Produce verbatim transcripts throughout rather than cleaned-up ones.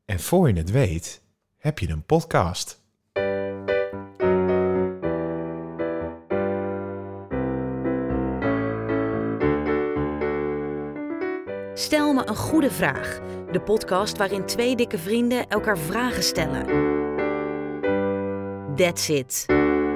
En voor je het weet, heb je een podcast. Stel me een goede vraag. De podcast waarin twee dikke vrienden elkaar vragen stellen. That's it.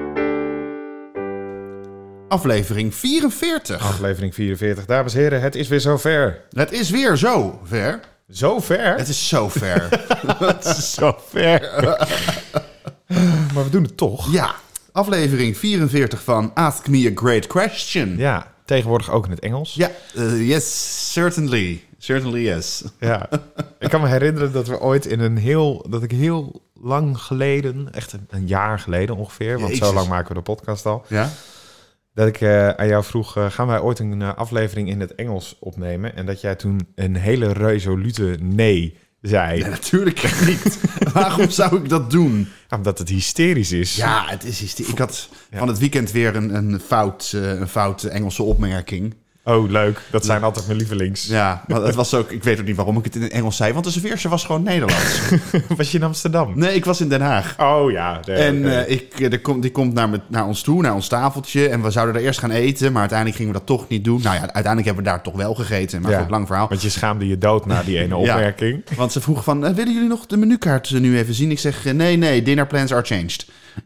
Aflevering vierenveertig. Aflevering vierenveertig, dames en heren, het is weer zover. Het is weer zo ver. Zover? Het is zo ver. Het is zover. Maar we doen het toch? Ja, aflevering vierenveertig van Ask Me a Great Question. Ja, tegenwoordig ook in het Engels. Ja, uh, yes, certainly. Certainly yes. Ja. Ik kan me herinneren dat we ooit in een heel... dat ik heel lang geleden, echt een, een jaar geleden ongeveer... want Jezus. zo lang maken we de podcast al... Ja? dat ik uh, aan jou vroeg, uh, gaan wij ooit een uh, aflevering in het Engels opnemen? En dat jij toen een hele resolute nee zei. Ja, natuurlijk niet. Waarom zou ik dat doen? Ja, omdat het hysterisch is. Ja, het is hysterisch. Ik had Ja. van het weekend weer een, een, fout, uh, een fout Engelse opmerking. Oh, leuk. Dat zijn altijd mijn lievelings. Ja, maar het was ook... Ik weet ook niet waarom ik het in het Engels zei, want de serveerster was gewoon Nederlands. Was je in Amsterdam? Nee, ik was in Den Haag. Oh ja. Nee, En okay. uh, ik, uh, die komt, die komt naar, me, naar ons toe, naar ons tafeltje. En we zouden er eerst gaan eten, maar uiteindelijk gingen we dat toch niet doen. Nou ja, uiteindelijk hebben we daar toch wel gegeten. Maar Ja, goed, lang verhaal. Want je schaamde je dood na die ene Ja. opmerking. Want ze vroegen van, uh, willen jullie nog de menukaart uh, nu even zien? Ik zeg, uh, nee, nee, dinner plans are changed.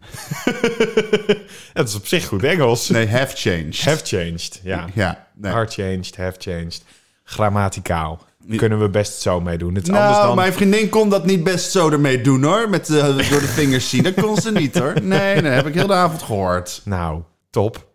Dat is op zich goed Engels. Nee, have changed. Have changed, ja. Ja, nee. Are changed, have changed. Grammaticaal. Kunnen we best zo meedoen. Het is Nou, anders dan... mijn vriendin kon dat niet best zo ermee doen, hoor. Met uh, door de vingers zien. Dat kon ze niet, hoor. Nee, nee, heb ik heel de avond gehoord. Nou, top.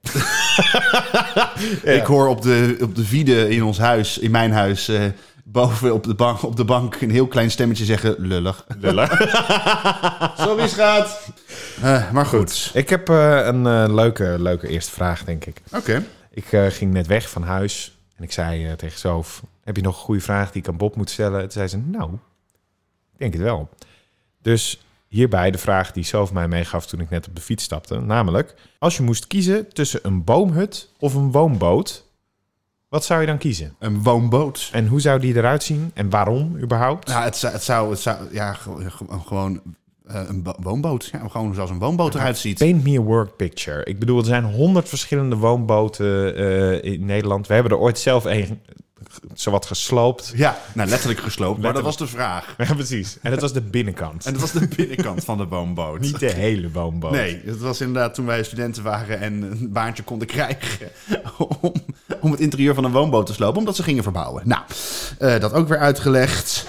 Ik hoor op de, op de vierde in ons huis, in mijn huis... Uh, boven op de, bank, op de bank een heel klein stemmetje zeggen... lullig. Lullig. Sorry, schat. Uh, maar goed. Ik heb uh, een uh, leuke, leuke eerste vraag, denk ik. Oké. Okay. Ik uh, ging net weg van huis en ik zei uh, tegen Sof... heb je nog een goede vraag die ik aan Bob moet stellen? Toen zei ze, nou, ik denk het wel. Dus hierbij de vraag die Sof mij meegaf toen ik net op de fiets stapte. Namelijk, als je moest kiezen tussen een boomhut of een woonboot... wat zou je dan kiezen? Een woonboot. En hoe zou die eruit zien? En waarom überhaupt? Nou, het zou, het zou, het zou ja, gewoon uh, een woonboot. Ja, gewoon zoals een woonboot eruit ziet. Paint me a work picture. Ik bedoel, er zijn honderd verschillende woonboten uh, in Nederland. We hebben er ooit zelf een zowat gesloopt. Ja, nou letterlijk gesloopt, maar letterlijk. Dat was de vraag. Ja, precies. En dat was de binnenkant. En dat was de binnenkant van de woonboot. Niet de hele woonboot. Nee, het was inderdaad toen wij studenten waren en een baantje konden krijgen om, om het interieur van een woonboot te slopen, omdat ze gingen verbouwen. Nou, uh, dat ook weer uitgelegd.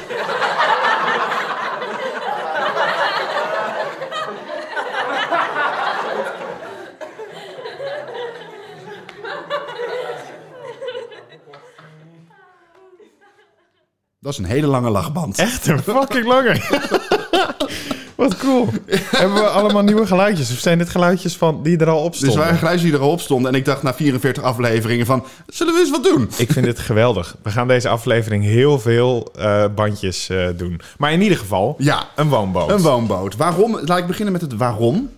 Dat is een hele lange lachband. Echt een fucking lange. Wat cool. Hebben we allemaal nieuwe geluidjes? Of zijn dit geluidjes van die er al op stonden? Dus waren geluidjes die er al op stonden. En ik dacht na vierenveertig afleveringen van... zullen we eens wat doen? Ik vind dit geweldig. We gaan deze aflevering heel veel uh, bandjes uh, doen. Maar in ieder geval, ja, een woonboot. Een woonboot. Waarom? Laat ik beginnen met het waarom.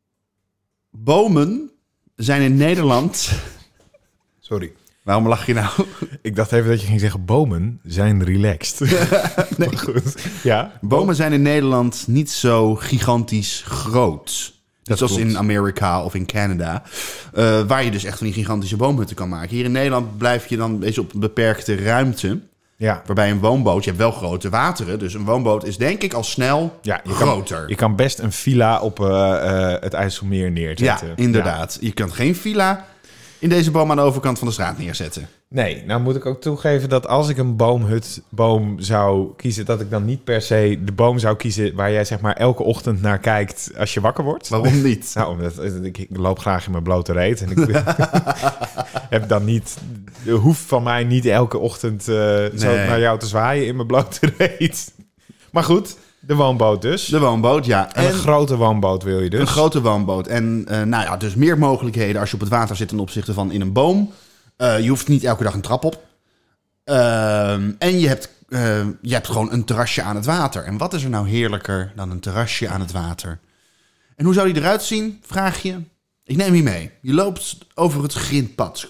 Bomen zijn in Nederland... Sorry. Waarom lach je nou? Ik dacht even dat je ging zeggen, bomen zijn relaxed. Nee. Maar goed. Ja. Bomen zijn in Nederland niet zo gigantisch groot. Net zoals in Amerika of in Canada. Uh, waar je dus echt van die gigantische boomhutten kan maken. Hier in Nederland blijf je dan eens op een beperkte ruimte. Ja. Waarbij een woonboot, je hebt wel grote wateren. Dus een woonboot is denk ik al snel ja, je groter. Kan, je kan best een villa op uh, uh, het IJsselmeer neerzetten. Ja, inderdaad. Ja. Je kan geen villa... in deze boom aan de overkant van de straat neerzetten. Nee, nou moet ik ook toegeven dat als ik een boomhutboom zou kiezen... dat ik dan niet per se de boom zou kiezen... waar jij zeg maar elke ochtend naar kijkt als je wakker wordt. Waarom niet? Nou, omdat ik, ik loop graag in mijn blote reet. En ik heb dan niet... hoeft van mij niet elke ochtend uh, nee. zo naar jou te zwaaien in mijn blote reet. Maar goed... De woonboot dus. De woonboot, ja. En, en een grote woonboot wil je dus. Een grote woonboot. En uh, nou ja, dus meer mogelijkheden als je op het water zit ten opzichte van in een boom. Uh, je hoeft niet elke dag een trap op. Uh, en je hebt, uh, je hebt gewoon een terrasje aan het water. En wat is er nou heerlijker dan een terrasje aan het water? En hoe zou die eruit zien, vraag je? Ik neem je mee. Je loopt over het grindpad.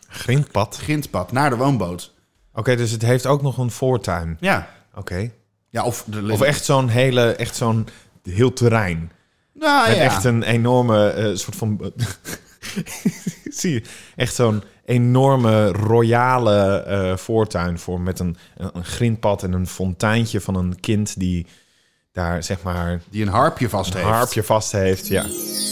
Grindpad? Grindpad, naar de woonboot. Oké, okay, dus het heeft ook nog een voortuin. Ja. Oké. Okay. Ja, of, de, Of echt zo'n hele, echt zo'n heel terrein. nou, Met ja. echt een enorme uh, soort van... Zie je? Echt zo'n enorme royale uh, voortuin voor met een, een, een grindpad en een fonteintje van een kind die daar zeg maar Die een harpje vast een heeft. harpje vast heeft. Ja.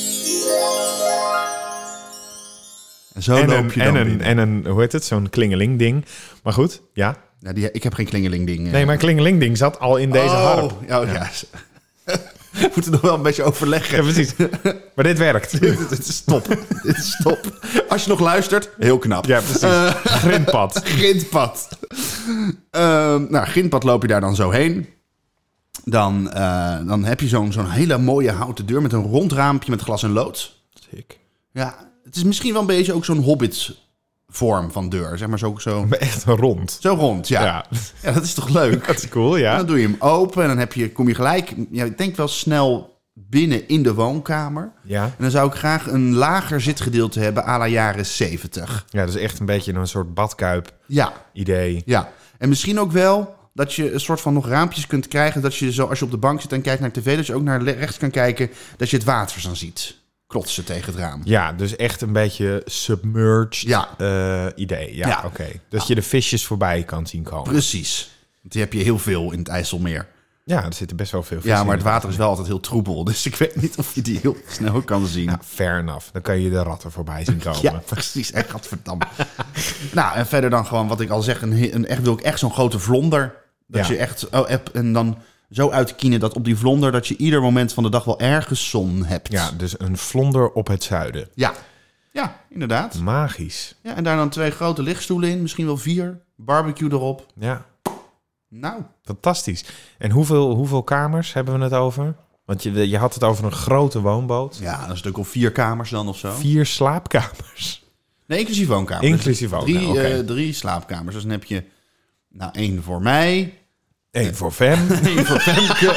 En zo En loop een, je en, dan een, binnen. en een, hoe heet het? Zo'n klingeling ding. Maar goed, ja. Ja, die, ik heb geen klingeling ding. Nee, maar klingeling ding zat al in deze oh, harp. Ja, oh, ja. We moeten nog wel een beetje overleggen. Ja, precies. Maar dit werkt. Dit is top. Dit is top. Als je nog luistert, heel knap. Ja, precies. Uh, Grindpad. Grindpad. Uh, nou, Grindpad loop je daar dan zo heen. Dan, uh, dan heb je zo'n zo'n hele mooie houten deur met een rond raampje met glas en lood. Sick. Ja, het is misschien wel een beetje ook zo'n Hobbit-vorm van deur. Zeg maar zo, zo, Echt rond. zo rond, ja. ja. Ja, dat is toch leuk? dat is cool, En ja. dan doe je hem open en dan heb je, kom je gelijk, ja, ik denk wel snel binnen in de woonkamer. Ja. En dan zou ik graag een lager zitgedeelte hebben à la jaren zeventig. Ja, dus echt een beetje een soort badkuip Ja, idee. ja. En misschien ook wel dat je een soort van nog raampjes kunt krijgen. Dat je zo, als je op de bank zit en kijkt naar tv, dat je ook naar rechts kan kijken. Dat je het water dan ziet klotsen tegen het raam. Ja, dus echt een beetje submerged Ja. uh, idee. Ja, Ja. oké. Okay. Dus je de visjes voorbij kan zien komen. Precies. Want die heb je heel veel in het IJsselmeer. Ja, er zitten best wel veel vissen Ja, maar in. het water is wel altijd heel troebel. Dus ik weet niet of je die heel snel kan zien. Nou, fair enough. Dan kan je de ratten voorbij zien komen. Ja, precies. Echt, gadverdamme. Nou, en verder dan gewoon wat ik al zeg. Een, een echt, wil ik echt zo'n grote vlonder. Dat Ja. je echt... Oh, heb, en dan zo uitkienen dat op die vlonder... dat je ieder moment van de dag wel ergens zon hebt. Ja, dus een vlonder op het zuiden. Ja, ja, inderdaad. Magisch. Ja, en daar dan twee grote lichtstoelen in. Misschien wel vier. Barbecue erop. Ja, Nou, fantastisch. En hoeveel, hoeveel kamers hebben we het over? Want je, je had het over een grote woonboot. ja, dat is natuurlijk al vier kamers dan of zo. Vier slaapkamers. Nee, inclusief woonkamers. Inclusief woonkamer, Drie, oké. eh, drie slaapkamers. Dus dan heb je... Nou, één voor mij. Eén voor Fem. Eén voor Femke.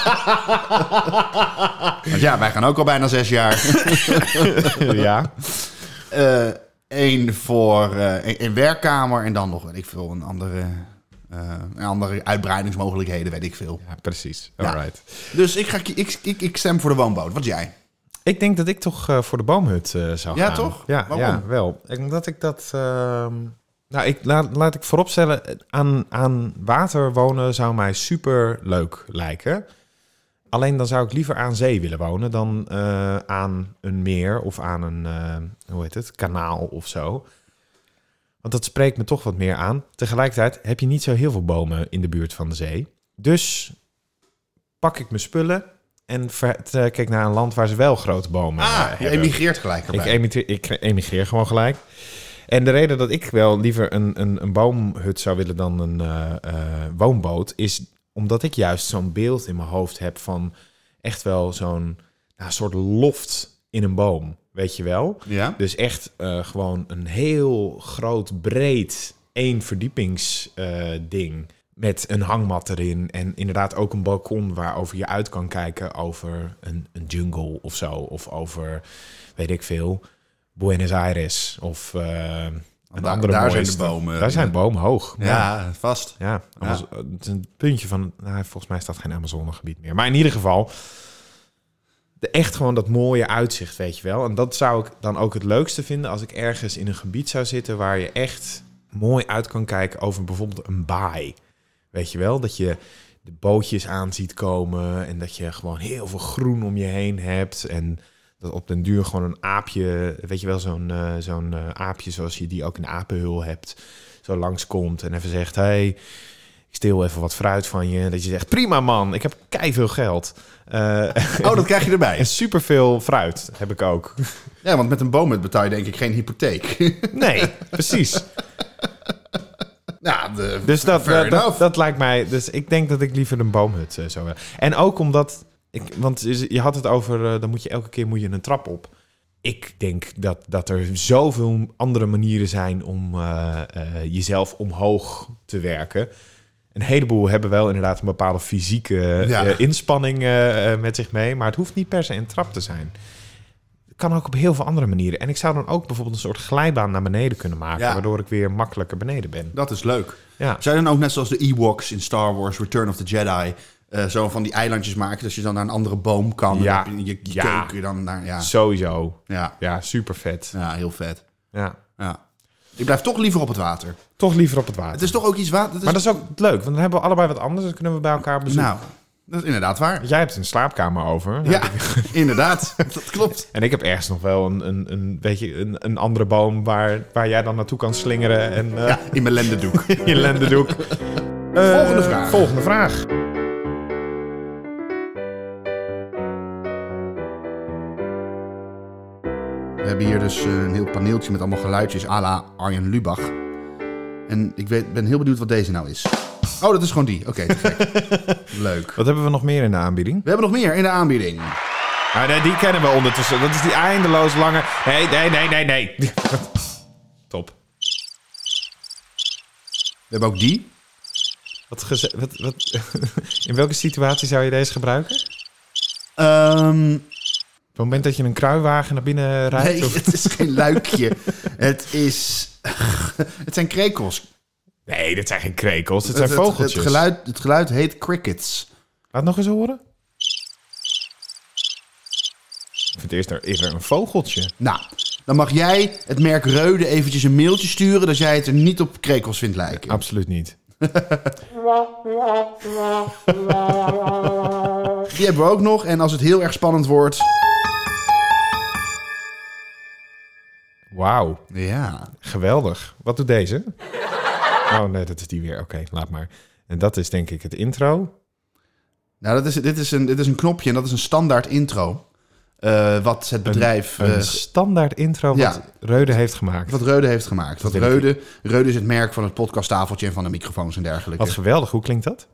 Want ja, wij gaan ook al bijna zes jaar. Ja. Eén uh, voor uh, een, een werkkamer en dan nog, weet ik veel, een andere, uh, een andere uitbreidingsmogelijkheden, weet ik veel. Ja, precies. Ja. Alright. Dus ik, ga, ik, ik, ik stem voor de woonboot. Wat jij? Ik denk dat ik toch uh, voor de boomhut uh, zou Ja, gaan. toch? Ja, Waarom? ja, wel. Ik- Omdat ik dat... Uh, nou, ik, laat, laat ik vooropstellen, aan, aan water wonen zou mij super leuk lijken. Alleen dan zou ik liever aan zee willen wonen dan uh, aan een meer of aan een, uh, hoe heet het, kanaal of zo. Want dat spreekt me toch wat meer aan. Tegelijkertijd heb je niet zo heel veel bomen in de buurt van de zee. Dus pak ik mijn spullen en vertrek ik naar een land waar ze wel grote bomen uh, Ah, je hebben. emigreert gelijk Ik, erbij. emigreer, ik emigreer gewoon gelijk. En de reden dat ik wel liever een, een, een boomhut zou willen dan een uh, uh, woonboot... is omdat ik juist zo'n beeld in mijn hoofd heb van echt wel zo'n nou, soort loft in een boom. Weet je wel? Ja? Dus echt uh, gewoon een heel groot, breed, één verdiepings uh, ding... met een hangmat erin en inderdaad ook een balkon waarover je uit kan kijken over een, een jungle of zo. Of over, weet ik veel, Buenos Aires of uh, een Daar- andere daar mooie zijn de stad. bomen. Daar zijn bomen hoog. Ja, vast. Ja, Amaz- het is een puntje van... Nou, volgens mij is dat geen Amazonegebied meer. Maar in ieder geval... De, echt gewoon dat mooie uitzicht, weet je wel. En dat zou ik dan ook het leukste vinden... als ik ergens in een gebied zou zitten... waar je echt mooi uit kan kijken over bijvoorbeeld een baai. Weet je wel? Dat je de bootjes aan ziet komen... en dat je gewoon heel veel groen om je heen hebt... en dat op den duur gewoon een aapje... weet je wel, zo'n, uh, zo'n uh, aapje zoals je die ook in de apenhul hebt... zo langskomt en even zegt... hey, ik steel even wat fruit van je. Dat je zegt, prima man, ik heb keiveel geld. Uh, Oh, dat krijg je erbij. en superveel fruit heb ik ook. Ja, want met een boomhut betaal je denk ik geen hypotheek. Nee, precies. Nou, de, Dus dat, fair dat, dat, enough. dat lijkt mij... Dus ik denk dat ik liever een boomhut uh, zou willen. En ook omdat... Ik, want je had het over... Uh, dan moet je elke keer moet je een trap op. Ik denk dat, dat er zoveel andere manieren zijn... om uh, uh, jezelf omhoog te werken. Een heleboel hebben wel inderdaad... een bepaalde fysieke Ja. uh, inspanning uh, uh, met zich mee. Maar het hoeft niet per se een trap te zijn. kan ook op heel veel andere manieren. En ik zou dan ook bijvoorbeeld een soort glijbaan naar beneden kunnen maken... Ja. waardoor ik weer makkelijker beneden ben. Dat is leuk. Ja. Zou je dan ook net zoals de Ewoks in Star Wars Return of the Jedi... Uh, zo van die eilandjes maken, dat je dan naar een andere boom kan. Ja. En je, je, je Ja. keuken dan naar... Ja, Sowieso. ja. Ja, super vet. ja heel vet. Ja. Ja. Ik blijf toch liever op het water. Toch liever op het water. Het is toch ook iets water... Is... Maar dat is ook leuk, want dan hebben we allebei wat anders... dan kunnen we bij elkaar bezoeken. Nou, dat is inderdaad waar. Jij hebt een slaapkamer over. Ja, inderdaad. Dat klopt. En ik heb ergens nog wel een, een, een, weet je, een, een andere boom... Waar, waar jij dan naartoe kan slingeren. En, uh, Ja, in mijn lendendoek. in je lendendoek. Uh, Volgende vraag. Volgende vraag. We hebben hier dus uh, een heel paneeltje met allemaal geluidjes à la Arjen Lubach. En ik weet, ben heel benieuwd wat deze nou is. Oh, dat is gewoon die. Oké, okay, leuk. Wat hebben we nog meer in de aanbieding? We hebben nog meer in de aanbieding. Ah, nee, die kennen we ondertussen. Dat is die eindeloos lange... Nee, nee, nee, nee, nee. Top. We hebben ook die. Wat geze- wat, wat, in welke situatie zou je deze gebruiken? Um, Op het moment dat je een kruiwagen naar binnen rijdt? nee, Of? het is geen luikje. Het is... het zijn krekels. Nee, dit zijn geen krekels. Dit Het, zijn het, vogeltjes. het, geluid, het geluid heet crickets. Laat nog eens horen. Ik vind eerst er, eerder een vogeltje. Nou, dan mag jij het merk Reude eventjes een mailtje sturen... dat jij het er niet op krekels vindt lijken. Absoluut niet. Die hebben we ook nog. En als het heel erg spannend wordt... Wauw, Ja. geweldig. Wat doet deze? Oh nee, dat is die weer. Oké, okay, laat maar. En dat is denk ik het intro. Nou, dat is, dit, is een, dit is een knopje en dat is een standaard intro. Uh, wat het bedrijf... Een, een uh, standaard intro wat ja. Reude heeft gemaakt. Wat Reude heeft gemaakt. Dat Wat wil ik. Reude, Reude is het merk van het podcasttafeltje en van de microfoons en dergelijke. Wat geweldig. Hoe klinkt dat?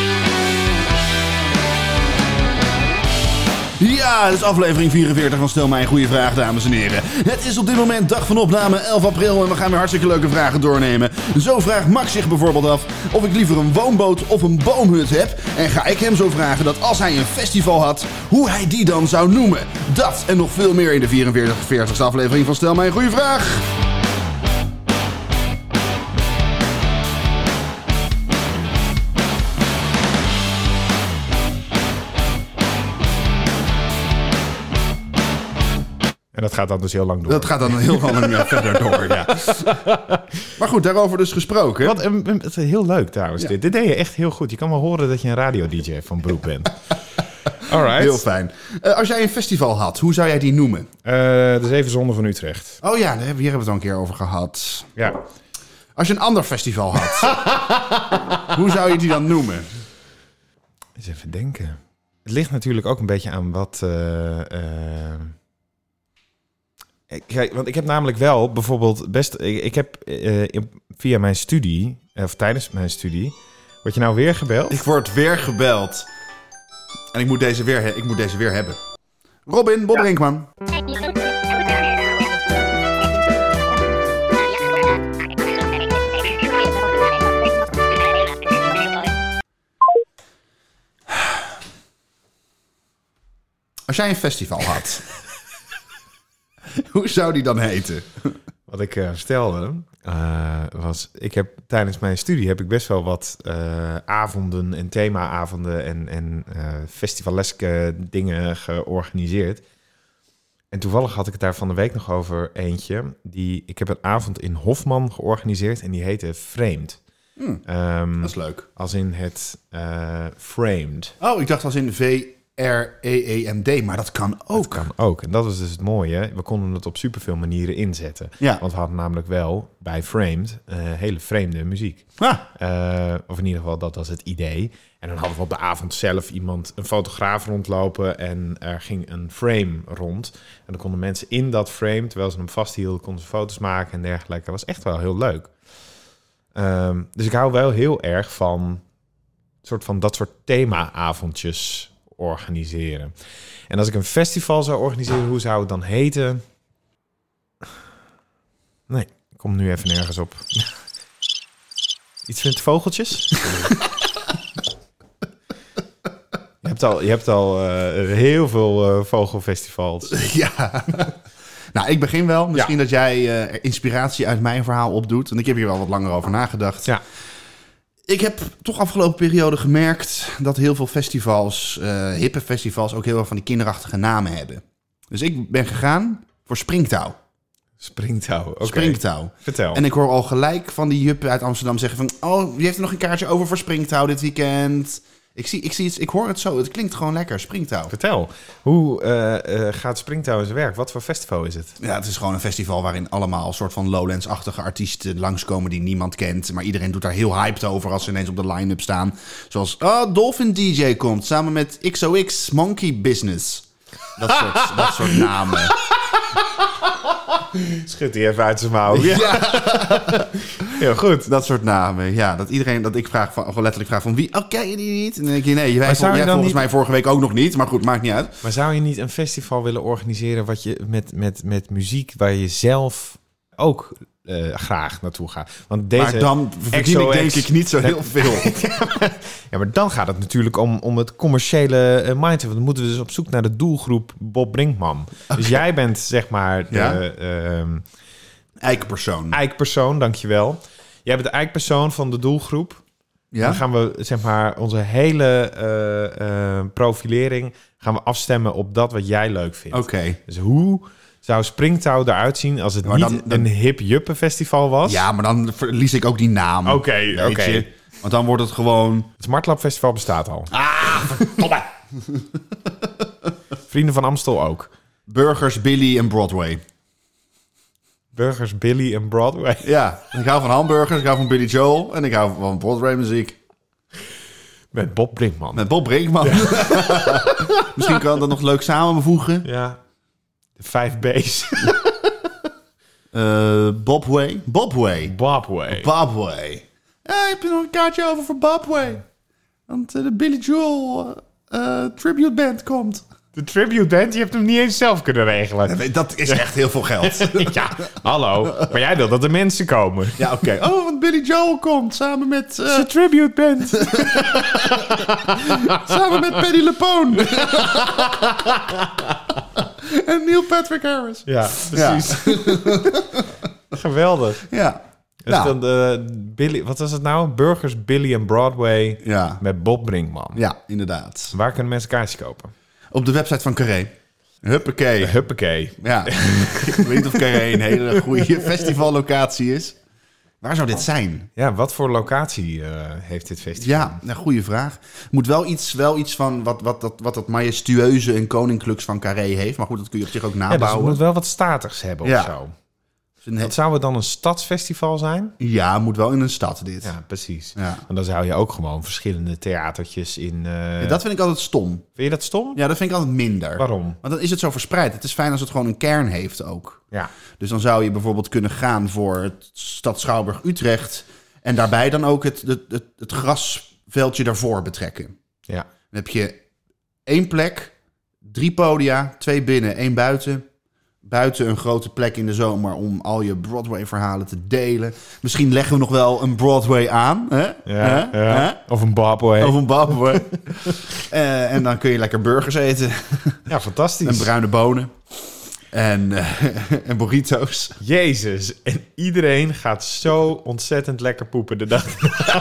Ja, het is aflevering vierenveertig van Stel mij een goede vraag, dames en heren. Het is op dit moment dag van opname elf april en we gaan weer hartstikke leuke vragen doornemen. Zo vraagt Max zich bijvoorbeeld af of ik liever een woonboot of een boomhut heb. En ga ik hem zo vragen dat als hij een festival had, hoe hij die dan zou noemen. Dat en nog veel meer in de vierenveertigste aflevering van Stel mij een goede vraag. En dat gaat dan dus heel lang door. Dat gaat dan heel lang verder door, ja. Maar goed, daarover dus gesproken. Wat een, een- het is heel leuk trouwens. Ja. Dit. dit deed je echt heel goed. Je kan wel horen dat je een radio-D J van beroep bent. Alright. Heel fijn. Uh, als jij een festival had, hoe zou jij die noemen? Uh, de Zeven Zonden van Utrecht. Oh ja, daar hebben we- hier hebben we het al een keer over gehad. Ja. Als je een ander festival had, hoe zou je die dan noemen? Eens even denken. Het ligt natuurlijk ook een beetje aan wat... Uh, uh, kijk, want ik heb namelijk wel bijvoorbeeld best... Ik, ik heb uh, in- via mijn studie, of tijdens mijn studie... Word je nou weer gebeld? Ik word weer gebeld. En ik moet deze weer, he- ik moet deze weer hebben. Robin, Bob Brinkman. Als jij een festival had, hoe zou die dan heten? Wat ik uh, vertelde uh, was... Ik heb tijdens mijn studie heb ik best wel wat uh, avonden en themaavonden... en, en uh, festivaleske dingen georganiseerd. En toevallig had ik het daar van de week nog over eentje. Die, ik heb een avond in Hofman georganiseerd en die heette Framed. Hmm, Um, dat is leuk. als in het uh, framed. Oh, ik dacht als in V R E E M D, maar dat kan ook. Dat kan ook. En dat was dus het mooie. We konden het op superveel manieren inzetten. Ja. Want we hadden namelijk wel bij Framed uh, hele vreemde muziek. Ah, Uh, of in ieder geval, dat was het idee. En dan hadden we op de avond zelf iemand, een fotograaf rondlopen... en er ging een frame rond. En dan konden mensen in dat frame, terwijl ze hem vasthielden... konden ze foto's maken en dergelijke. Dat was echt wel heel leuk. Um, dus ik hou wel heel erg van... soort van dat soort thema-avondjes organiseren. En als ik een festival zou organiseren, hoe zou het dan heten? Nee, ik kom nu even nergens op. Iets met vogeltjes? Je hebt hebt al, je hebt al uh, heel veel uh, vogelfestivals. Ja. Nou, ik begin wel. Misschien ja. dat jij uh, inspiratie uit mijn verhaal opdoet. Want ik heb hier wel wat langer over nagedacht. Ja. Ik heb toch afgelopen periode gemerkt dat heel veel festivals, uh, hippe festivals, ook heel veel van die kinderachtige namen hebben. Dus ik ben gegaan voor Springtouw. Springtouw, oké. Okay. Springtouw. Vertel. En ik hoor al gelijk van die juppen uit Amsterdam zeggen van... oh, wie heeft er nog een kaartje over voor Springtouw dit weekend? Ik, zie, ik, zie het, ik hoor het zo, het klinkt gewoon lekker, Springtouw. Vertel, hoe uh, uh, gaat Springtouw in zijn werk? Wat voor festival is het? Ja, het is gewoon een festival waarin allemaal een soort van Lowlands-achtige artiesten langskomen die niemand kent. Maar iedereen doet daar heel hyped over als ze ineens op de line-up staan. Zoals, oh, Dolphin D J komt samen met X O X Monkey Business. Dat soort, dat soort namen. Schudt hij even uit zijn mouw. Ja. Heel goed. Dat soort namen, ja. Dat iedereen, dat ik vraag van, gewoon letterlijk vraag van wie, oh, ken je die niet? En dan denk je, nee, jij, vol, jij volgens niet... mij vorige week ook nog niet. Maar goed, maakt niet uit. Maar zou je niet een festival willen organiseren wat je met, met, met muziek waar je zelf ook uh, graag naartoe gaat? Want deze maar dan verdien ik denk ik niet zo heel veel. Ja, maar dan gaat het natuurlijk om, om het commerciële uh, mindset. Want dan moeten we dus op zoek naar de doelgroep Bob Brinkman. Okay. Dus jij bent zeg maar de ja? uh, eikpersoon. Eikpersoon, dankjewel. Jij bent de eikpersoon van de doelgroep. Ja? Dan gaan we zeg maar onze hele uh, uh, profilering gaan we afstemmen op dat wat jij leuk vindt. Oké. Okay. Dus hoe zou Springtouw eruit zien als het maar niet dan, dan... een hip juppe festival was? Ja, maar dan verlies ik ook die naam. Oké, okay, oké. Okay. Want dan wordt het gewoon... Het Smartlab Festival bestaat al. Ah, verdomme. Vrienden van Amstel ook. Burgers, Billy en Broadway. Burgers, Billy en Broadway. Ja, ik hou van hamburgers, ik hou van Billy Joel en ik hou van Broadway muziek. Met Bob Brinkman. Met Bob Brinkman. Ja. Misschien kan dat nog leuk samenvoegen. Ja. De vijf B's. uh, Bobway. Bobway. Bobway. Bobway. Ja, heb je nog een kaartje over voor Bobway? Want uh, de Billy Joel uh, tribute band komt. De tribute band? Je hebt hem niet eens zelf kunnen regelen. Nee, dat is echt heel veel geld. Ja, hallo. Maar jij wil dat er mensen komen. Ja, oké. Okay. Oh, want Billy Joel komt samen met... Uh... Zijn tribute band. Samen met Paddy LuPone. En Neil Patrick Harris. Ja, precies. Ja. Geweldig. Ja. Dus nou. dan de Billy, wat was het nou? Burgers, Billy en Broadway ja. met Bob Brinkman. Ja, inderdaad. Waar kunnen mensen kaartjes kopen? Op de website van Carré. Huppakee. Huppakee. Ja. Ik weet niet of Carré een hele goede festivallocatie is. Waar zou dit zijn? Ja, wat voor locatie uh, heeft dit festival? Ja, een goede vraag. Moet wel iets, wel iets van wat, wat, dat, wat dat majestueuze en koninklijks van Carré heeft. Maar goed, dat kun je op zich ook nabouwen. Ja, dus het moet wel wat statigs hebben ja. of zo. Wat zou het dan een stadsfestival zijn? Ja, moet wel in een stad dit. Ja, precies. Ja. En dan zou je ook gewoon verschillende theatertjes in... Uh... Ja, dat vind ik altijd stom. Vind je dat stom? Ja, dat vind ik altijd minder. Waarom? Want dan is het zo verspreid. Het is fijn als het gewoon een kern heeft ook. Ja. Dus dan zou je bijvoorbeeld kunnen gaan voor het Stad Schouwburg Utrecht... en daarbij dan ook het, het, het, het grasveldje daarvoor betrekken. Ja. Dan heb je één plek, drie podia, twee binnen, één buiten... Buiten een grote plek in de zomer om al je Broadway-verhalen te delen. Misschien leggen we nog wel een Broadway aan. Hè? Ja, hè? Ja. Hè? Of een Bobway. Of een Bobway. uh, en dan kun je lekker burgers eten. Ja, fantastisch. En bruine bonen. En, uh, en burrito's. Jezus. En iedereen gaat zo ontzettend lekker poepen de dag.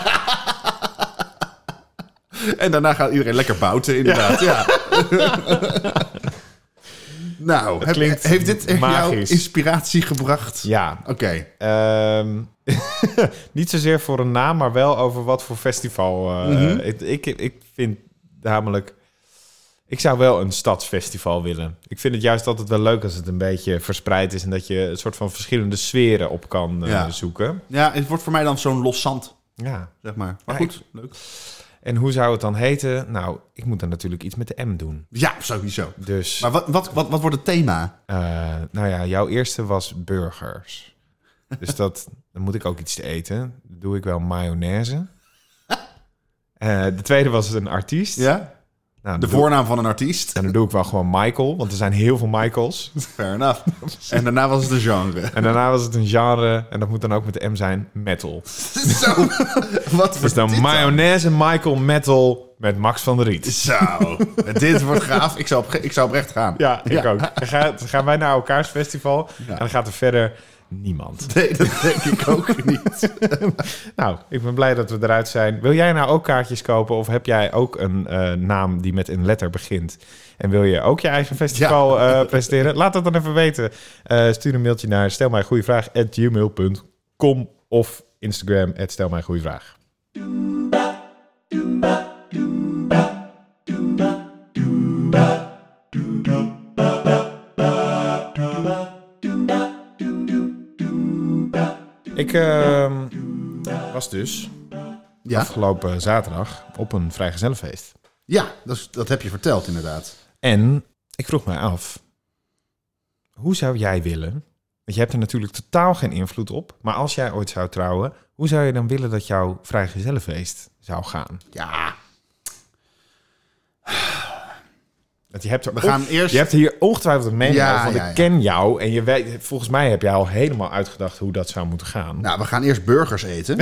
En daarna gaat iedereen lekker bouten, inderdaad. Ja. Ja. Nou, heb, heeft dit jou inspiratie gebracht? Ja. Oké. Okay. Um, niet zozeer voor een naam, maar wel over wat voor festival. Uh, mm-hmm. ik, ik, ik vind namelijk... Ik zou wel een stadsfestival willen. Ik vind het juist altijd wel leuk als het een beetje verspreid is... en dat je een soort van verschillende sferen op kan uh, ja. zoeken. Ja, het wordt voor mij dan zo'n los zand. Ja. Zeg maar. Maar ja, goed, ik, leuk. En hoe zou het dan heten? Nou, ik moet dan natuurlijk iets met de M doen. Ja, sowieso. Dus, maar wat, wat, wat, wat wordt het thema? Uh, nou ja, jouw eerste was burgers. Dus dat, dan moet ik ook iets te eten. Dan doe ik wel mayonaise. Uh, de tweede was een artiest. Ja? Nou, De voornaam van een artiest. En dan doe ik wel gewoon Michael, want er zijn heel veel Michaels. Fair enough. En daarna was het een genre. En daarna was het een genre, en dat moet dan ook met de M zijn, metal. Zo, wat Dus dan dit mayonaise Michael metal met Max van der Riet. Zo, dit wordt gaaf. Ik zou, op, ik zou oprecht gaan. Ja, ik ook. Dan gaan, dan gaan wij naar elkaars festival Ja. en dan gaat er verder niemand. Nee, dat denk ik ook niet. Nou, ik ben blij dat we eruit zijn. Wil jij nou ook kaartjes kopen of heb jij ook een uh, naam die met een letter begint? En wil je ook je eigen festival ja. uh, presenteren? Laat dat dan even weten. Uh, stuur een mailtje naar stel mij goede vraag at gmail punt com of Instagram at stel mij goede vraag. Ik uh, was dus Ja? afgelopen zaterdag op een vrijgezellenfeest. Ja, dat, is, dat heb je verteld inderdaad. En ik vroeg mij af, hoe zou jij willen, want je hebt er natuurlijk totaal geen invloed op, maar als jij ooit zou trouwen, hoe zou je dan willen dat jouw vrijgezellenfeest zou gaan? Ja. Dat je hebt er We gaan eerst... Je hebt hier ongetwijfeld een mening Ja, over, want ja, ik ja. ken jou en je weet, volgens mij heb jij al helemaal uitgedacht hoe dat zou moeten gaan. Nou, we gaan eerst burgers eten.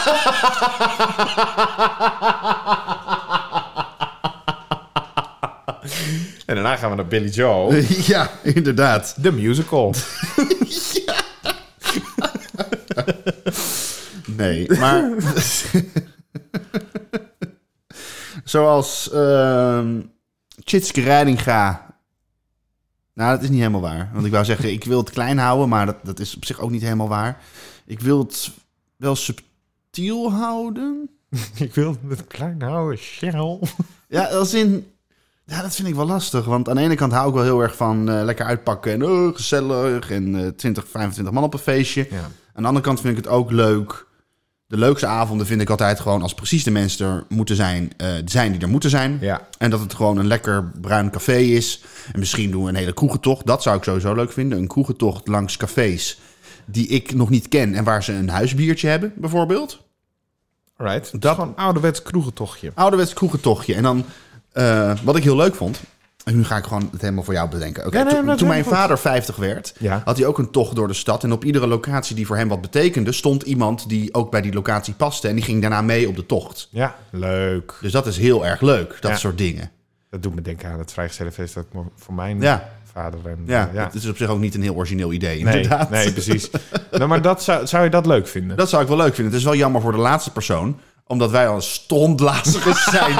En daarna gaan we naar Billy Joe, Ja, inderdaad. de musical. Nee, maar... Zoals ehm Tjitske Reidinga... Nou, dat is niet helemaal waar. Want ik wou zeggen, ik wil het klein houden, maar dat, dat is op zich ook niet helemaal waar. Ik wil het wel subtiel houden. Ik wil het klein houden, Cheryl. Ja, als in... Ja, dat vind ik wel lastig. Want aan de ene kant hou ik wel heel erg van uh, lekker uitpakken en oh, gezellig en uh, twintig, vijfentwintig man op een feestje. Ja. Aan de andere kant vind ik het ook leuk. De leukste avonden vind ik altijd gewoon als precies de mensen er moeten zijn, uh, zijn die er moeten zijn. Ja. En dat het gewoon een lekker bruin café is. En misschien doen we een hele kroegentocht. Dat zou ik sowieso leuk vinden. Een kroegentocht langs cafés die ik nog niet ken en waar ze een huisbiertje hebben, bijvoorbeeld. Right. Dat Dat- is gewoon een ouderwets kroegentochtje. Ouderwets kroegentochtje. En dan, uh, wat ik heel leuk vond... En nu ga ik gewoon het helemaal voor jou bedenken. Oké, Ja, nee, toen, dat toen is mijn goed. vader vijftig werd, Ja. had hij ook een tocht door de stad. En op iedere locatie die voor hem wat betekende, stond iemand die ook bij die locatie paste. En die ging daarna mee op de tocht. Ja, leuk. Dus dat is heel erg leuk, dat Ja. soort dingen. Dat doet me denken aan het vrijgezellenfeest dat ik voor mijn Ja. vader en... Ja, ja. het is op zich ook niet een heel origineel idee, Nee, inderdaad. nee, precies. Nou, maar dat zou, zou je dat leuk vinden? Dat zou ik wel leuk vinden. Het is wel jammer voor de laatste persoon, omdat wij al stondlazers zijn.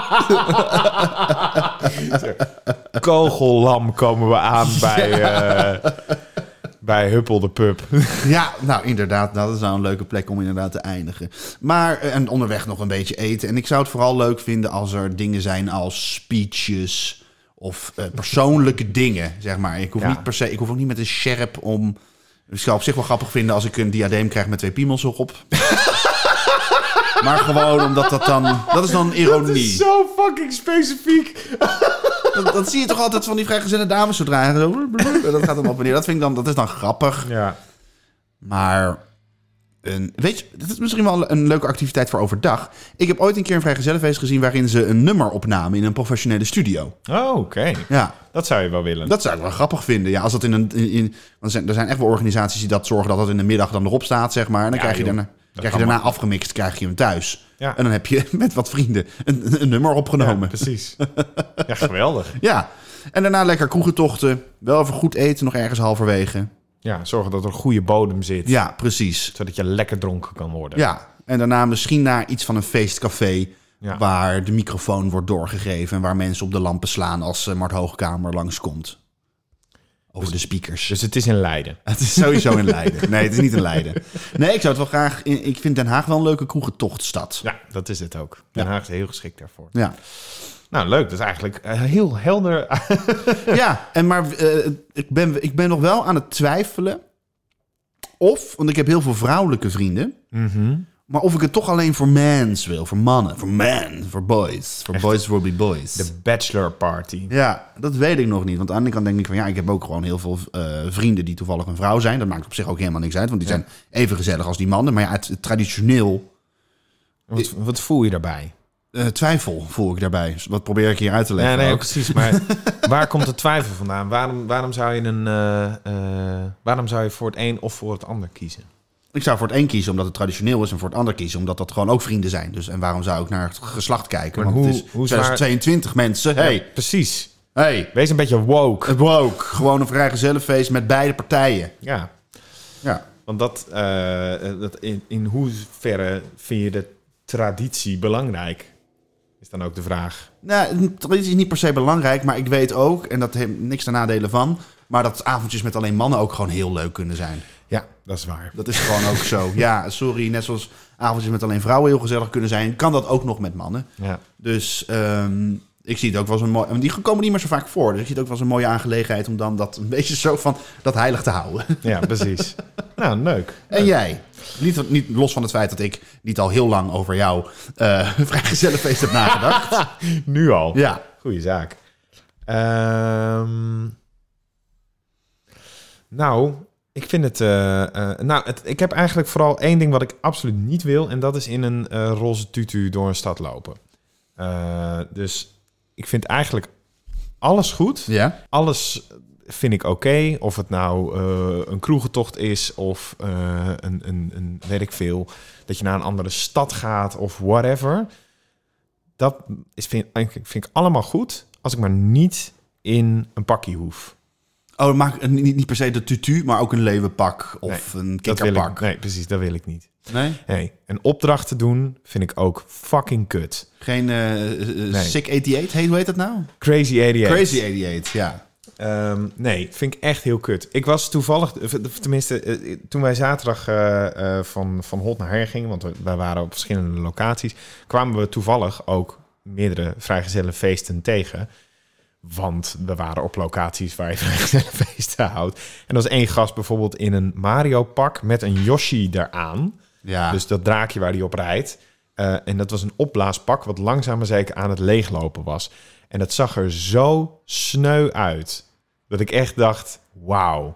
Kogellam komen we aan bij, eh, bij Huppel de Pub. Ja, nou inderdaad, dat is nou een leuke plek om inderdaad te eindigen. Maar eh, en onderweg nog een beetje eten. En ik zou het vooral leuk vinden als er dingen zijn als speeches of eh, persoonlijke dingen, zeg maar. Ik hoef Ja. niet per se, ik hoef ook niet met een sjerp om. Ik zou op zich wel grappig vinden als ik een diadeem krijg met twee piemels erop. Maar gewoon omdat dat dan, dat is dan ironie. Zo fucking specifiek. Dat, dat zie je toch altijd van die vrijgezelle dames zodra zo. Dat gaat dan op en neer. Dat vind ik dan, dat is dan grappig. Ja. Maar een, weet je, dat is misschien wel een leuke activiteit voor overdag. Ik heb ooit een keer een vrijgezellenfeest gezien waarin ze een nummer opnamen in een professionele studio. Oh, oké. Ja, Dat zou je wel willen. dat zou ik wel grappig vinden. Ja, als dat in een, in, in, want er zijn, er zijn echt wel organisaties die dat zorgen dat dat in de middag dan erop staat, zeg maar. En dan Ja, krijg je joh. daarna, krijg je kan daarna maar. afgemixt, krijg je hem thuis. Ja. En dan heb je met wat vrienden een, een nummer Ja, opgenomen. precies. Ja, geweldig. Ja, en daarna lekker kroegentochten. Wel even goed eten, nog ergens halverwege. Ja, zorgen dat er een goede bodem zit. Ja, precies. Zodat je lekker dronken kan worden. Ja, en daarna misschien naar iets van een feestcafé... Ja. waar de microfoon wordt doorgegeven... en waar mensen op de lampen slaan als uh, Mart Hoogkamer langskomt. Over de speakers. Dus het is in Leiden. Het is sowieso in Leiden. Nee, het is niet in Leiden. Nee, ik zou het wel graag... In, ik vind Den Haag wel een leuke kroegentochtstad. Ja, dat is het ook. Den Haag is heel geschikt daarvoor. Ja, Nou, leuk. Dat is eigenlijk uh, heel helder. ja en maar uh, ik, ben, ik ben nog wel aan het twijfelen... of, want ik heb heel veel vrouwelijke vrienden... Mm-hmm. maar of ik het toch alleen voor mans wil. Voor mannen. Voor men. Voor boys. Voor Echt? boys will be boys. De bachelor party. Ja, dat weet ik nog niet. Want aan de andere kant denk ik van... ja, ik heb ook gewoon heel veel uh, vrienden die toevallig een vrouw zijn. Dat maakt op zich ook helemaal niks uit. Want die Ja. zijn even gezellig als die mannen. Maar ja, het, het traditioneel... Wat, wat voel je daarbij? Uh, twijfel voel ik daarbij. Wat probeer ik hier uit te leggen? Ja, nee, ook. precies. Maar waar komt de twijfel vandaan? Waarom, waarom, zou je een, uh, uh, waarom zou je voor het een of voor het ander kiezen? Ik zou voor het een kiezen omdat het traditioneel is en voor het ander kiezen omdat dat gewoon ook vrienden zijn. Dus en waarom zou ik naar het geslacht kijken? Maar Want hoe, het is hoe tweeduizend tweeëntwintig mensen. Hey, ja, precies. Hey. Wees een beetje woke. Het woke. Gewoon een vrijgezellenfeest met beide partijen. Ja. Ja. Want dat, uh, dat in, in hoeverre vind je de traditie belangrijk? Is dan ook de vraag. Nou, traditie is niet per se belangrijk, maar ik weet ook, en dat heeft niks ten nadele van, maar dat avondjes met alleen mannen ook gewoon heel leuk kunnen zijn. Ja, dat is waar. Dat is gewoon ook zo. Ja, sorry, net zoals avondjes met alleen vrouwen heel gezellig kunnen zijn, kan dat ook nog met mannen. Ja. Dus um, ik zie het ook wel eens een mooi... Die komen niet meer zo vaak voor, dus ik zie het ook wel eens een mooie aangelegenheid om dan dat een beetje zo van dat heilig te houden. Ja, precies. Nou, leuk. En jij? Niet, niet los van het feit dat ik niet al heel lang over jouw uh, vrijgezellenfeest heb nagedacht. Nu al? Ja. Goeie zaak. Um, nou, ik vind het... Uh, uh, nou, het, ik heb eigenlijk vooral één ding wat ik absoluut niet wil. En dat is in een uh, roze tutu door een stad lopen. Uh, dus ik vind eigenlijk alles goed. Ja. Alles vind ik oké. Okay. Of het nou uh, een kroegentocht is of uh, een, een, een, weet ik veel, dat je naar een andere stad gaat of whatever. Dat is, vind, vind ik allemaal goed als ik maar niet in een pakje hoef. Oh, maak niet, niet per se de tutu, maar ook een leeuwenpak of nee, een kikkerpak. Nee, precies, dat wil ik niet. Nee? Nee, een opdracht te doen vind ik ook fucking kut. Geen uh, uh, nee. Sick eenennegentig, hey, hoe heet dat nou? Crazy eenennegentig. Crazy eenennegentig, ja. Um, nee, vind ik echt heel kut. Ik was toevallig, tenminste, uh, toen wij zaterdag uh, uh, van, van Holt naar Her gingen, want wij waren op verschillende locaties, kwamen we toevallig ook meerdere vrijgezellenfeesten tegen. Want we waren op locaties waar je vrijgezellenfeesten houdt. En er was één gast bijvoorbeeld in een Mario-pak met een Yoshi eraan. Ja. Dus dat draakje waar hij op rijdt. Uh, en dat was een opblaaspak wat langzaam maar zeker aan het leeglopen was. En dat zag er zo sneu uit. Dat ik echt dacht, wauw.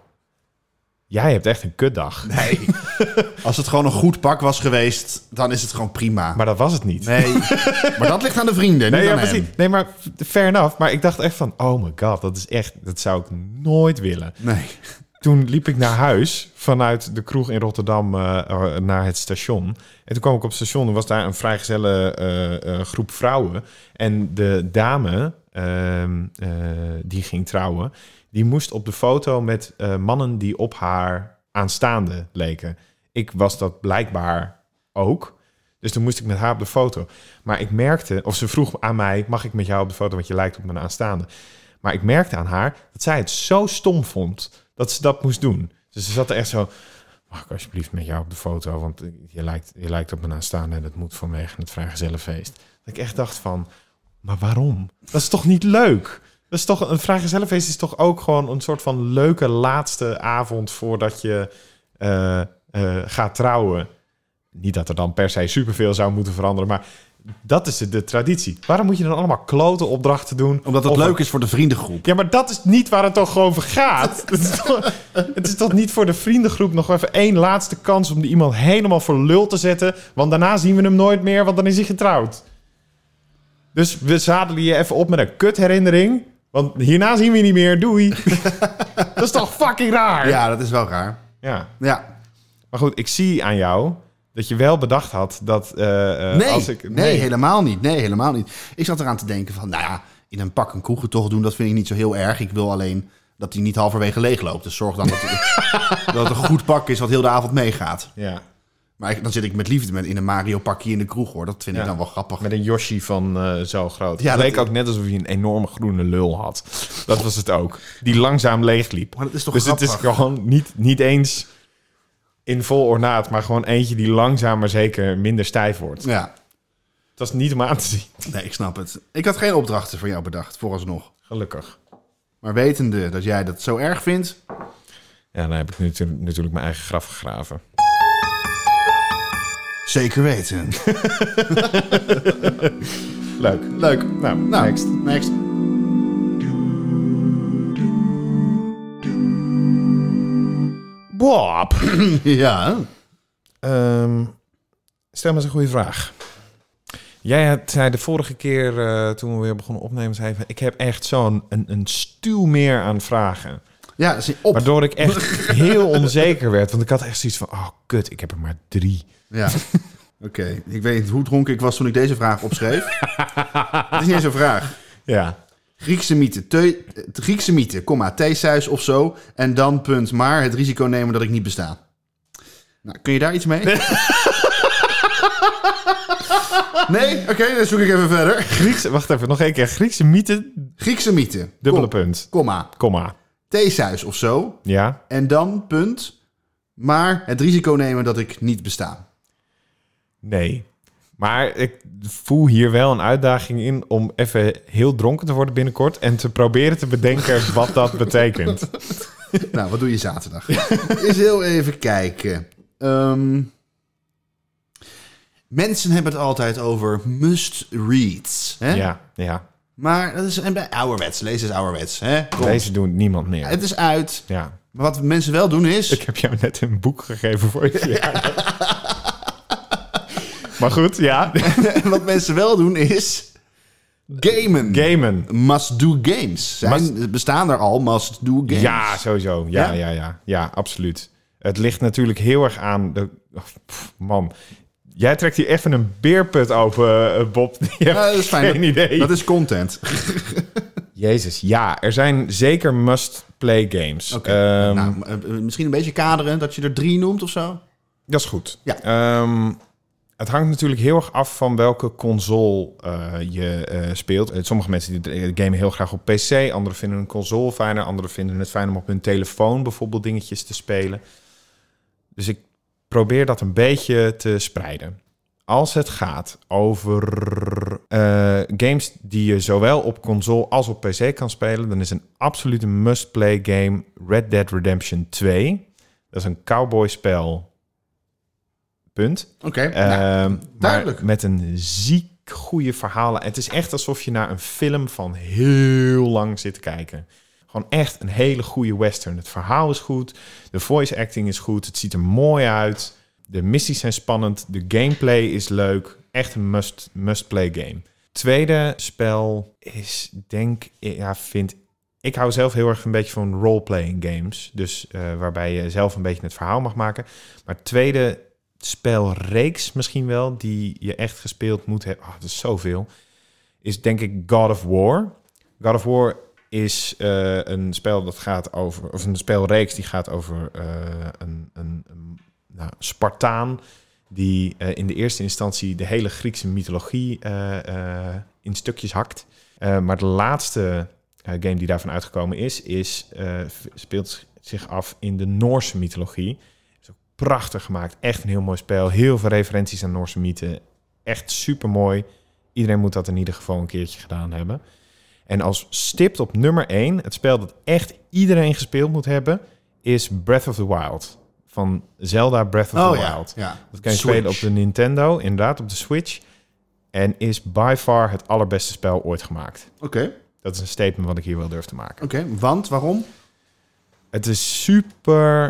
Jij hebt echt een kutdag. Nee. Als het gewoon een goed pak was geweest, dan is het gewoon prima. Maar dat was het niet. Nee. Maar dat ligt aan de vrienden, nee, niet ja, aan precies. hem. Nee, maar fair enough. Maar ik dacht echt van, oh my god, dat is echt, dat zou ik nooit willen. Nee. Toen liep ik naar huis vanuit de kroeg in Rotterdam uh, naar het station. En toen kwam ik op het station. Er was daar een vrijgezelle uh, uh, groep vrouwen. En de dame uh, uh, die ging trouwen, die moest op de foto met uh, mannen die op haar aanstaande leken. Ik was dat blijkbaar ook. Dus toen moest ik met haar op de foto. Maar ik merkte, of ze vroeg aan mij, mag ik met jou op de foto, want je lijkt op mijn aanstaande. Maar ik merkte aan haar dat zij het zo stom vond dat ze dat moest doen. Dus ze zat er echt zo, mag ik alsjeblieft met jou op de foto, want je lijkt, je lijkt op mijn aanstaande en dat moet vanwege het vrijgezellenfeest. Dat ik echt dacht van, maar waarom? Dat is toch niet leuk? Dat is toch, een vrijgezellenfeest is toch ook gewoon een soort van leuke laatste avond voordat je uh, uh, gaat trouwen. Niet dat er dan per se superveel zou moeten veranderen, maar dat is de, de traditie. Waarom moet je dan allemaal klote opdrachten doen? Omdat het of leuk een... is voor de vriendengroep. Ja, maar dat is niet waar het toch gewoon over gaat. het, is toch, het is toch niet voor de vriendengroep nog even één laatste kans om die iemand helemaal voor lul te zetten, want daarna zien we hem nooit meer, want dan is hij getrouwd. Dus we zadelen je even op met een kutherinnering, want hierna zien we je niet meer. Doei. Dat is toch fucking raar? Ja, dat is wel raar. Ja. Ja. Maar goed, ik zie aan jou dat je wel bedacht had dat uh, uh, Nee, als ik... nee, Nee, helemaal niet. Nee, helemaal niet. Ik zat eraan te denken van, nou ja, in een pak een kroegentocht doen, dat vind ik niet zo heel erg. Ik wil alleen dat hij niet halverwege leeg loopt. Dus zorg dan dat het, dat het een goed pak is wat heel de avond meegaat. Ja, Maar ik, dan zit ik met liefde met in een Mario-pakje in de kroeg, hoor. Dat vind Ja. ik dan wel grappig. met een Yoshi van uh, zo groot. Ja, Het leek dat- ook net alsof je een enorme groene lul had. Dat was het ook. Die langzaam leegliep. Maar dat is toch Dus grappig? het is gewoon niet, niet eens in vol ornaat, maar gewoon eentje die langzaam maar zeker minder stijf wordt. Ja, Dat is niet om aan te zien. nee, ik snap het. Ik had geen opdrachten voor jou bedacht, vooralsnog. Gelukkig. Maar wetende dat jij dat zo erg vindt... Ja, dan heb ik nu natu- natuurlijk mijn eigen graf gegraven. Zeker weten. Leuk. Leuk. Nou, Nou, next. next. Bob. Ja. Ehm, stel me eens een goede vraag. Jij had, zei de vorige keer uh, toen we weer begonnen opnemen, zei van, ik heb echt zo'n een, een stuw meer aan vragen. Ja, op. Waardoor ik echt heel onzeker werd. Want ik had echt zoiets van, oh kut, ik heb er maar drie. Ja, oké. Okay. Ik weet niet hoe dronken ik was toen ik deze vraag opschreef. Het is niet eens een vraag. Ja. Griekse mythe, te, Griekse mythe, komma, Theseus of zo. En dan punt, maar het risico nemen dat ik niet besta. Nou, kun je daar iets mee? Nee? Nee? Oké, okay, dan zoek ik even verder. Griekse, wacht even, nog één keer. Griekse mythe. Griekse mythe. Dubbele kom, punt. Komma. Komma. Theseus of zo. Ja. En dan punt, maar het risico nemen dat ik niet besta. Nee. Maar ik voel hier wel een uitdaging in om even heel dronken te worden binnenkort en te proberen te bedenken wat dat betekent. Nou, wat doe je zaterdag? Eens heel even kijken. Um, mensen hebben het altijd over must-reads. Hè? Ja, ja. Maar dat is en bij ouderwets. Lezen is ouderwets. Hè? Lezen doet niemand meer. Het is uit. Ja. Maar wat mensen wel doen is... Ik heb jou net een boek gegeven voor je verjaardag. Maar goed, ja. Wat mensen wel doen is... Gamen. Gamen. Must-do games. Zijn, Must... Bestaan er al must-do games? Ja, sowieso. Ja, ja, ja, ja. Ja, absoluut. Het ligt natuurlijk heel erg aan... de oh, pff, man, jij trekt hier even een beerput open, Bob. Je hebt ja, dat is fijn. Geen idee. Dat is content. Jezus, ja. Er zijn zeker must-play games. Okay. Um, nou, misschien een beetje kaderen, dat je er drie noemt of zo? Dat is goed. Ja. Um, Het hangt natuurlijk heel erg af van welke console uh, je uh, speelt. Sommige mensen die gamen heel graag op P C. Anderen vinden een console fijner. Anderen vinden het fijn om op hun telefoon bijvoorbeeld dingetjes te spelen. Dus ik probeer dat een beetje te spreiden. Als het gaat over uh, games die je zowel op console als op P C kan spelen, dan is een absolute must-play game Red Dead Redemption twee. Dat is een cowboyspel. Punt. Oké, okay, uh, nou, duidelijk. Met een ziek goede verhalen. Het is echt alsof je naar een film van heel lang zit te kijken. Gewoon echt een hele goede western. Het verhaal is goed, de voice acting is goed, het ziet er mooi uit. De missies zijn spannend, de gameplay is leuk. Echt een must, must play game. Tweede spel is, denk ik, ja, vind ik hou zelf heel erg een beetje van role-playing games. Dus uh, waarbij je zelf een beetje het verhaal mag maken. Maar tweede spelreeks misschien wel, die je echt gespeeld moet hebben. Oh, dat is zoveel. Is denk ik God of War. God of War is uh, een spel dat gaat over, of een spelreeks die gaat over uh, een, een, een nou, Spartaan die uh, in de eerste instantie de hele Griekse mythologie uh, uh, in stukjes hakt. Uh, maar de laatste uh, game die daarvan uitgekomen is, is uh, speelt zich af in de Noorse mythologie. Is ook prachtig gemaakt. Echt een heel mooi spel. Heel veel referenties aan Noorse mythen. Echt super mooi. Iedereen moet dat in ieder geval een keertje gedaan hebben. En als stipt op nummer één, het spel dat echt iedereen gespeeld moet hebben, is Breath of the Wild. Van Zelda Breath of oh, the ja, Wild. Ja. Dat kan je Switch. spelen op de Nintendo, inderdaad op de Switch. En is by far het allerbeste spel ooit gemaakt. Oké. Okay. Dat is een statement wat ik hier wel durf te maken. Oké, okay, want waarom? Het is super...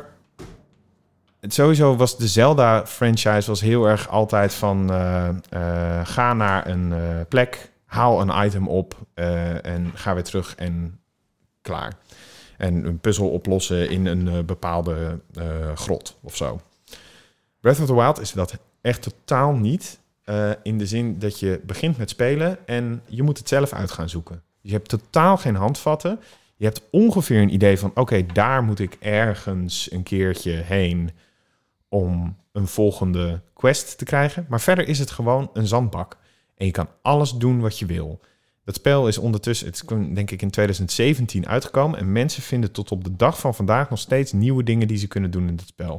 Het sowieso was de Zelda-franchise was heel erg altijd van... Uh, uh, ga naar een uh, plek, haal een item op uh, en ga weer terug en klaar. En een puzzel oplossen in een uh, bepaalde uh, grot of zo. Breath of the Wild is dat echt totaal niet. Uh, in de zin dat je begint met spelen en je moet het zelf uit gaan zoeken. Dus je hebt totaal geen handvatten. Je hebt ongeveer een idee van... oké, okay, daar moet ik ergens een keertje heen... om een volgende quest te krijgen. Maar verder is het gewoon een zandbak. En je kan alles doen wat je wil. Dat spel is ondertussen, het is denk ik in twintig zeventien uitgekomen... en mensen vinden tot op de dag van vandaag nog steeds nieuwe dingen die ze kunnen doen in het spel.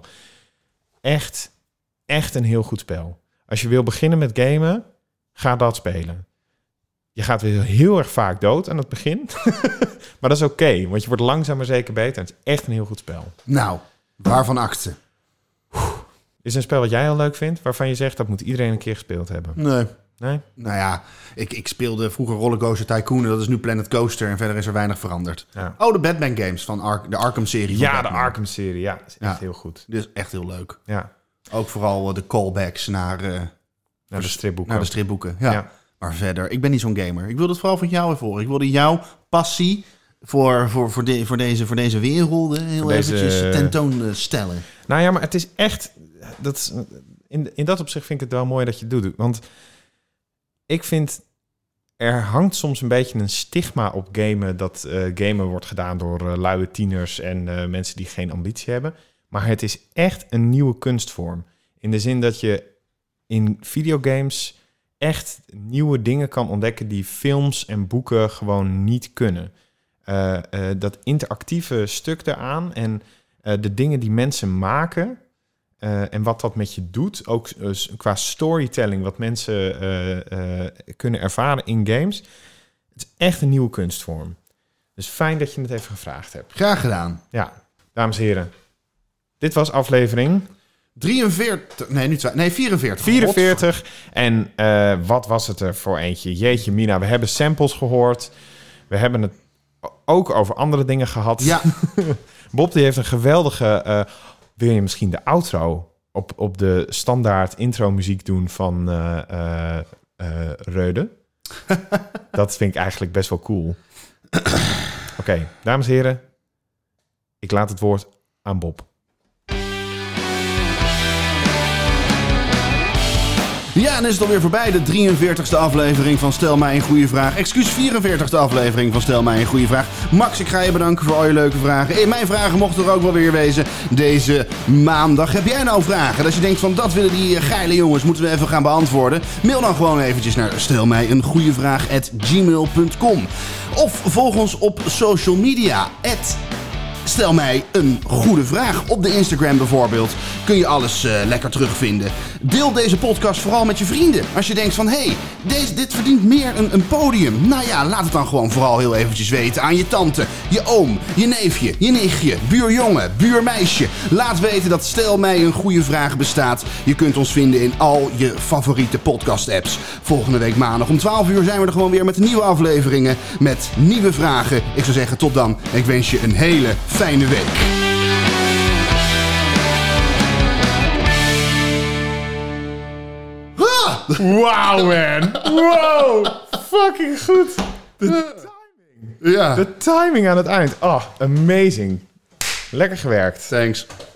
Echt, echt een heel goed spel. Als je wil beginnen met gamen, ga dat spelen. Je gaat weer heel erg vaak dood aan het begin. Maar dat is oké, okay, want je wordt langzaam maar zeker beter. En het is echt een heel goed spel. Nou, waarvan akte? Is er een spel wat jij al leuk vindt, waarvan je zegt dat moet iedereen een keer gespeeld hebben? Nee. Nee? Nou ja, ik, ik speelde vroeger Rollercoaster Tycoon, dat is nu Planet Coaster en verder is er weinig veranderd. Ja. Oh, de Batman games van Ar- de Arkham-serie. Ja, de Arkham-serie, ja. Dat is echt ja. heel goed. Dit is echt heel leuk. Ja. Ook vooral de callbacks naar uh, Naar de stripboeken. Naar de stripboeken, ja. Ja. Maar verder, ik ben niet zo'n gamer. Ik wil het vooral van jou ervoor. Ik wilde jouw passie voor, voor, voor, de, voor, deze, voor deze werelden heel Voor deze- eventjes tentoonstellen. Nou ja, maar het is echt... Dat is, in, in dat opzicht vind ik het wel mooi dat je het doet. Want ik vind... Er hangt soms een beetje een stigma op gamen... dat uh, gamen wordt gedaan door uh, luie tieners... en uh, mensen die geen ambitie hebben. Maar het is echt een nieuwe kunstvorm. In de zin dat je in videogames... echt nieuwe dingen kan ontdekken... die films en boeken gewoon niet kunnen. Uh, uh, dat interactieve stuk daaraan... en uh, de dingen die mensen maken... Uh, en wat dat met je doet, ook uh, qua storytelling, wat mensen uh, uh, kunnen ervaren in games. Het is echt een nieuwe kunstvorm. Dus fijn dat je het even gevraagd hebt. Graag gedaan. Ja, dames en heren. Dit was aflevering drieënveertig, nee, nu twee, nee, vierenveertig. vierenveertig. En uh, wat was het er voor eentje? Jeetje mina, we hebben samples gehoord. We hebben het ook over andere dingen gehad. Ja. Bob die heeft een geweldige... Uh, wil je misschien de outro op, op de standaard intro muziek doen van uh, uh, uh, Reude? Dat vind ik eigenlijk best wel cool. Oké, okay, dames en heren. Ik laat het woord aan Bob. Ja, en is het alweer voorbij, de drieënveertigste aflevering van Stel Mij Een Goede Vraag. Excuus, vierenveertigste aflevering van Stel Mij Een Goede Vraag. Max, ik ga je bedanken voor al je leuke vragen. En mijn vragen mochten er ook wel weer wezen deze maandag. Heb jij nou vragen? Als je denkt van dat willen die geile jongens, moeten we even gaan beantwoorden. Mail dan gewoon eventjes naar stelmijeengoedevraag at gmail punt com. Of volg ons op social media. At Stel mij een goede vraag. Op de Instagram bijvoorbeeld kun je alles uh, lekker terugvinden. Deel deze podcast vooral met je vrienden. Als je denkt van, hé, hey, dit verdient meer een, een podium. Nou ja, laat het dan gewoon vooral heel eventjes weten aan je tante, je oom, je neefje, je nichtje, buurjongen, buurmeisje. Laat weten dat Stel mij een goede vraag bestaat. Je kunt ons vinden in al je favoriete podcast apps. Volgende week maandag om twaalf uur zijn we er gewoon weer met nieuwe afleveringen. Met nieuwe vragen. Ik zou zeggen tot dan. Ik wens je een hele fijne week. Wow, man. Wow. Fucking goed. De timing. Ja. De timing aan het eind. Oh, amazing. Lekker gewerkt. Thanks.